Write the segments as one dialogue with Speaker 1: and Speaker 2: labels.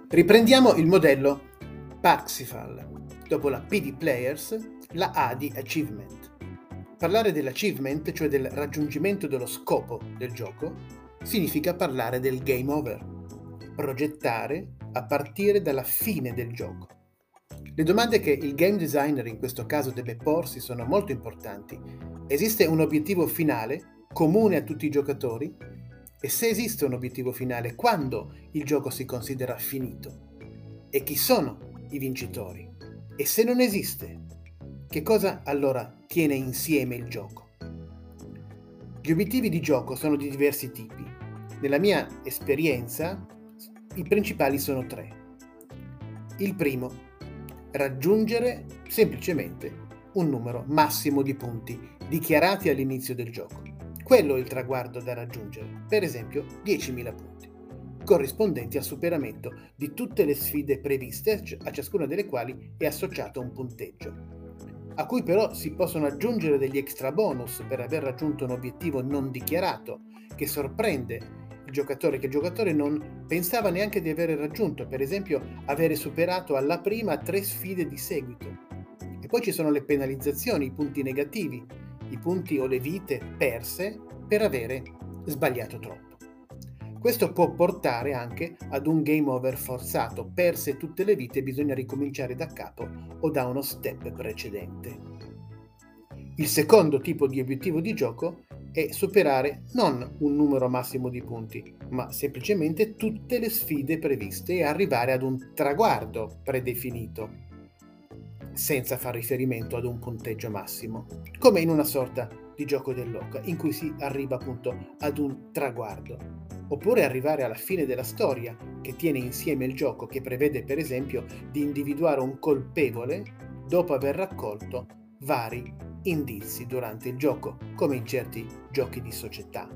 Speaker 1: Riprendiamo il modello Parsifal. Dopo la P di Players, la A di Achievement. Parlare dell'achievement, cioè del raggiungimento dello scopo del gioco, significa parlare del game over, progettare a partire dalla fine del gioco. Le domande che il game designer in questo caso deve porsi sono molto importanti. Esiste un obiettivo finale, comune a tutti i giocatori? E se esiste un obiettivo finale, quando il gioco si considera finito? E chi sono i vincitori? E se non esiste, che cosa allora tiene insieme il gioco? Gli obiettivi di gioco sono di diversi tipi. Nella mia esperienza, i principali sono 3. Il primo, raggiungere semplicemente un numero massimo di punti dichiarati all'inizio del gioco. Quello è il traguardo da raggiungere, per esempio 10.000 punti, corrispondenti al superamento di tutte le sfide previste, a ciascuna delle quali è associato un punteggio, a cui però si possono aggiungere degli extra bonus per aver raggiunto un obiettivo non dichiarato, che sorprende il giocatore, che il giocatore non pensava neanche di aver raggiunto, per esempio avere superato alla prima 3 sfide di seguito. E poi ci sono le penalizzazioni, i punti negativi, i punti o le vite perse per avere sbagliato troppo. Questo può portare anche ad un game over forzato, perse tutte le vite bisogna ricominciare da capo o da uno step precedente. Il secondo tipo di obiettivo di gioco è superare non un numero massimo di punti, ma semplicemente tutte le sfide previste e arrivare ad un traguardo predefinito, senza far riferimento ad un punteggio massimo, come in una sorta di gioco dell'oca, in cui si arriva appunto ad un traguardo, oppure arrivare alla fine della storia che tiene insieme il gioco, che prevede per esempio di individuare un colpevole dopo aver raccolto vari indizi durante il gioco, come in certi giochi di società.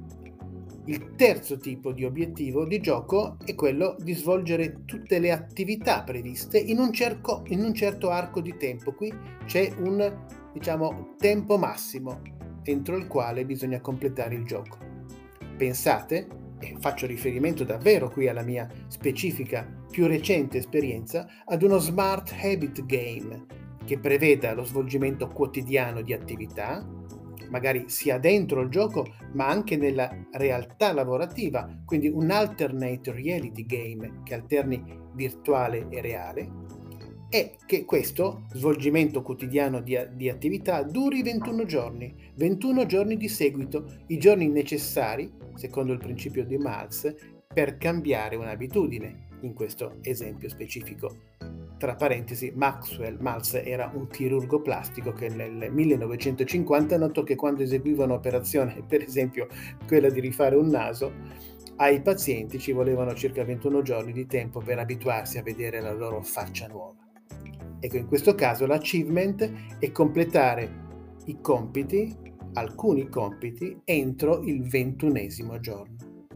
Speaker 1: Il terzo tipo di obiettivo di gioco è quello di svolgere tutte le attività previste in un certo arco di tempo. Qui c'è un, tempo massimo entro il quale bisogna completare il gioco. Pensate, e faccio riferimento davvero qui alla mia specifica, più recente esperienza, ad uno Smart Habit Game che preveda lo svolgimento quotidiano di attività, magari sia dentro il gioco ma anche nella realtà lavorativa, quindi un alternate reality game che alterni virtuale e reale, e che questo svolgimento quotidiano di attività duri 21 giorni di seguito, i giorni necessari, secondo il principio di Maltz, per cambiare un'abitudine, in questo esempio specifico. Tra parentesi, Maltz era un chirurgo plastico che nel 1950 notò che quando eseguiva un'operazione, per esempio quella di rifare un naso, ai pazienti ci volevano circa 21 giorni di tempo per abituarsi a vedere la loro faccia nuova. Ecco, in questo caso l'achievement è completare i compiti, alcuni compiti, entro il 21° giorno.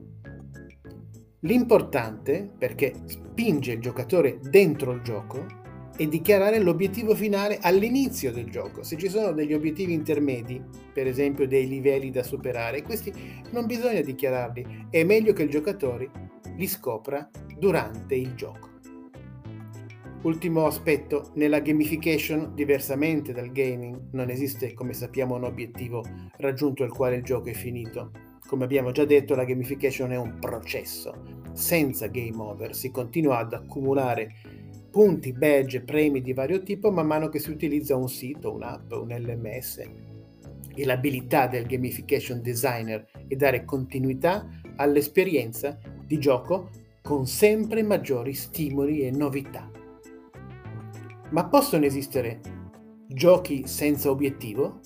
Speaker 1: L'importante, perché spinge il giocatore dentro il gioco, è dichiarare l'obiettivo finale all'inizio del gioco. Se ci sono degli obiettivi intermedi, per esempio dei livelli da superare, questi non bisogna dichiararli, è meglio che il giocatore li scopra durante il gioco. Ultimo aspetto, nella gamification, diversamente dal gaming, non esiste, come sappiamo, un obiettivo raggiunto al quale il gioco è finito. Come abbiamo già detto, la gamification è un processo. Senza game over si continua ad accumulare punti, badge, premi di vario tipo man mano che si utilizza un sito, un'app, un LMS. E l'abilità del gamification designer è dare continuità all'esperienza di gioco con sempre maggiori stimoli e novità. Ma possono esistere giochi senza obiettivo?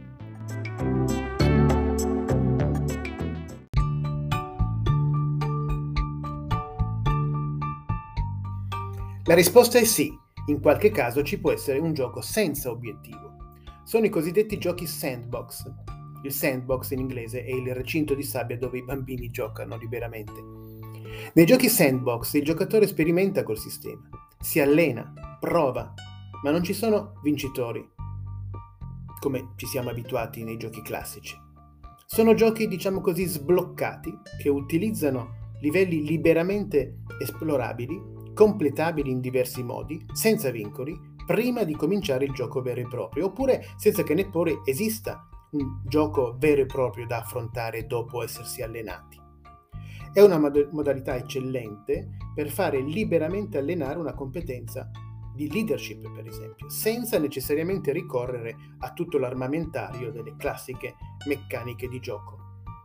Speaker 1: La risposta è sì, in qualche caso ci può essere un gioco senza obiettivo. Sono i cosiddetti giochi sandbox. Il sandbox in inglese è il recinto di sabbia dove i bambini giocano liberamente. Nei giochi sandbox il giocatore sperimenta col sistema, si allena, prova, ma non ci sono vincitori, come ci siamo abituati nei giochi classici. Sono giochi, diciamo così, sbloccati, che utilizzano livelli liberamente esplorabili completabili in diversi modi, senza vincoli, prima di cominciare il gioco vero e proprio, oppure senza che neppure esista un gioco vero e proprio da affrontare dopo essersi allenati. È una modalità eccellente per fare liberamente allenare una competenza di leadership, per esempio, senza necessariamente ricorrere a tutto l'armamentario delle classiche meccaniche di gioco.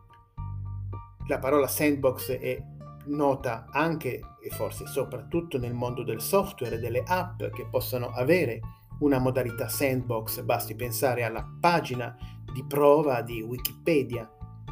Speaker 1: La parola sandbox è nota anche e forse soprattutto nel mondo del software e delle app che possono avere una modalità sandbox, basti pensare alla pagina di prova di Wikipedia.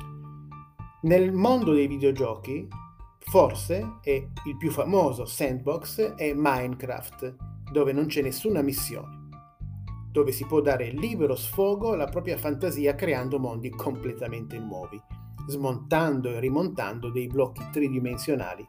Speaker 1: Nel mondo dei videogiochi, forse il più famoso sandbox è Minecraft, dove non c'è nessuna missione, dove si può dare libero sfogo alla propria fantasia creando mondi completamente nuovi, smontando e rimontando dei blocchi tridimensionali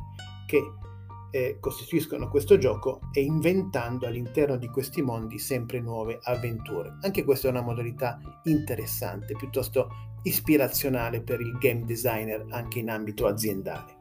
Speaker 1: che costituiscono questo gioco e inventando all'interno di questi mondi sempre nuove avventure. Anche questa è una modalità interessante, piuttosto ispirazionale per il game designer anche in ambito aziendale.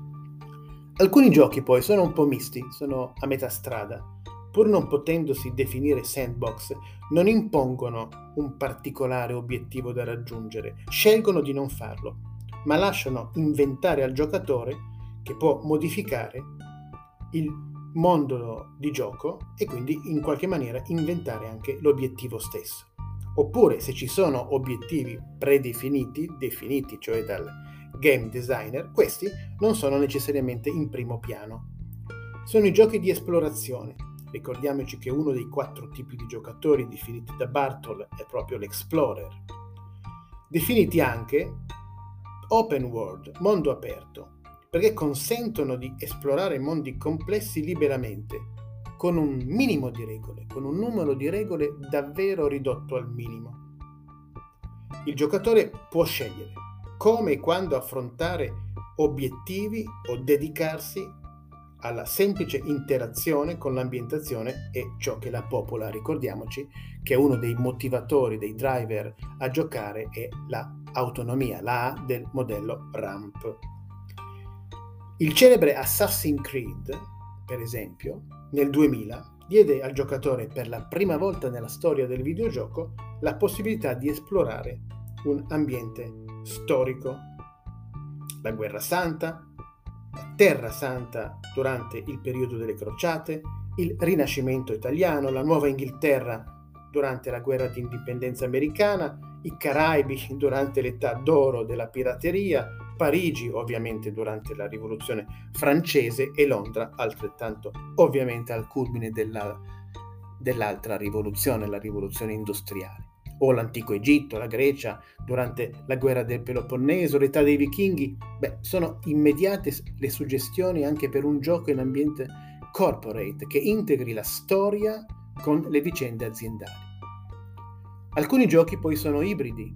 Speaker 1: Alcuni giochi poi sono un po' misti, sono a metà strada. Pur non potendosi definire sandbox, non impongono un particolare obiettivo da raggiungere, scelgono di non farlo, ma lasciano inventare al giocatore che può modificare il mondo di gioco e quindi in qualche maniera inventare anche l'obiettivo stesso. Oppure se ci sono obiettivi definiti cioè dal game designer, questi non sono necessariamente in primo piano. Sono i giochi di esplorazione. Ricordiamoci che uno dei 4 tipi di giocatori definiti da Bartol è proprio l'explorer. Definiti anche open world, mondo aperto, perché consentono di esplorare mondi complessi liberamente, con un minimo di regole, con un numero di regole davvero ridotto al minimo. Il giocatore può scegliere come e quando affrontare obiettivi o dedicarsi alla semplice interazione con l'ambientazione e ciò che la popola. Ricordiamoci che uno dei motivatori, dei driver a giocare è l'autonomia, la A del modello RAMP. Il celebre Assassin's Creed, per esempio, nel 2000 diede al giocatore per la prima volta nella storia del videogioco la possibilità di esplorare un ambiente storico, la Guerra Santa, la Terra Santa durante il periodo delle crociate, il Rinascimento italiano, la Nuova Inghilterra durante la guerra di indipendenza americana, i Caraibi durante l'età d'oro della pirateria, Parigi ovviamente durante la rivoluzione francese e Londra altrettanto ovviamente al culmine dell'altra rivoluzione, la rivoluzione industriale, o l'antico Egitto, la Grecia durante la guerra del Peloponneso, l'età dei vichinghi. Sono immediate le suggestioni anche per un gioco in ambiente corporate che integri la storia con le vicende aziendali. Alcuni giochi poi sono ibridi,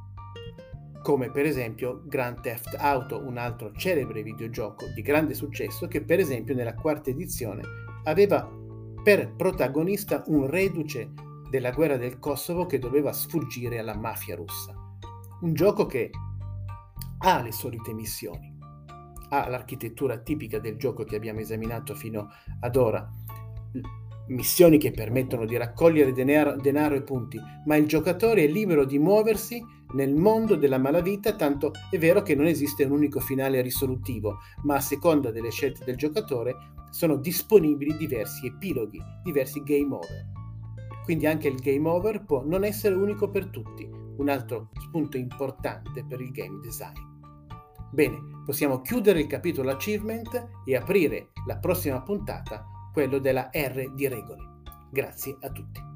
Speaker 1: come per esempio Grand Theft Auto, un altro celebre videogioco di grande successo che per esempio nella 4ª edizione aveva per protagonista un reduce della guerra del Kosovo che doveva sfuggire alla mafia russa. Un gioco che ha le solite missioni, ha l'architettura tipica del gioco che abbiamo esaminato fino ad ora, missioni che permettono di raccogliere denaro e punti, ma il giocatore è libero di muoversi nel mondo della malavita, tanto è vero che non esiste un unico finale risolutivo, ma a seconda delle scelte del giocatore sono disponibili diversi epiloghi, diversi game over. Quindi anche il game over può non essere unico per tutti, un altro spunto importante per il game design. Bene, possiamo chiudere il capitolo achievement e aprire la prossima puntata, quello della R di regole. Grazie a tutti.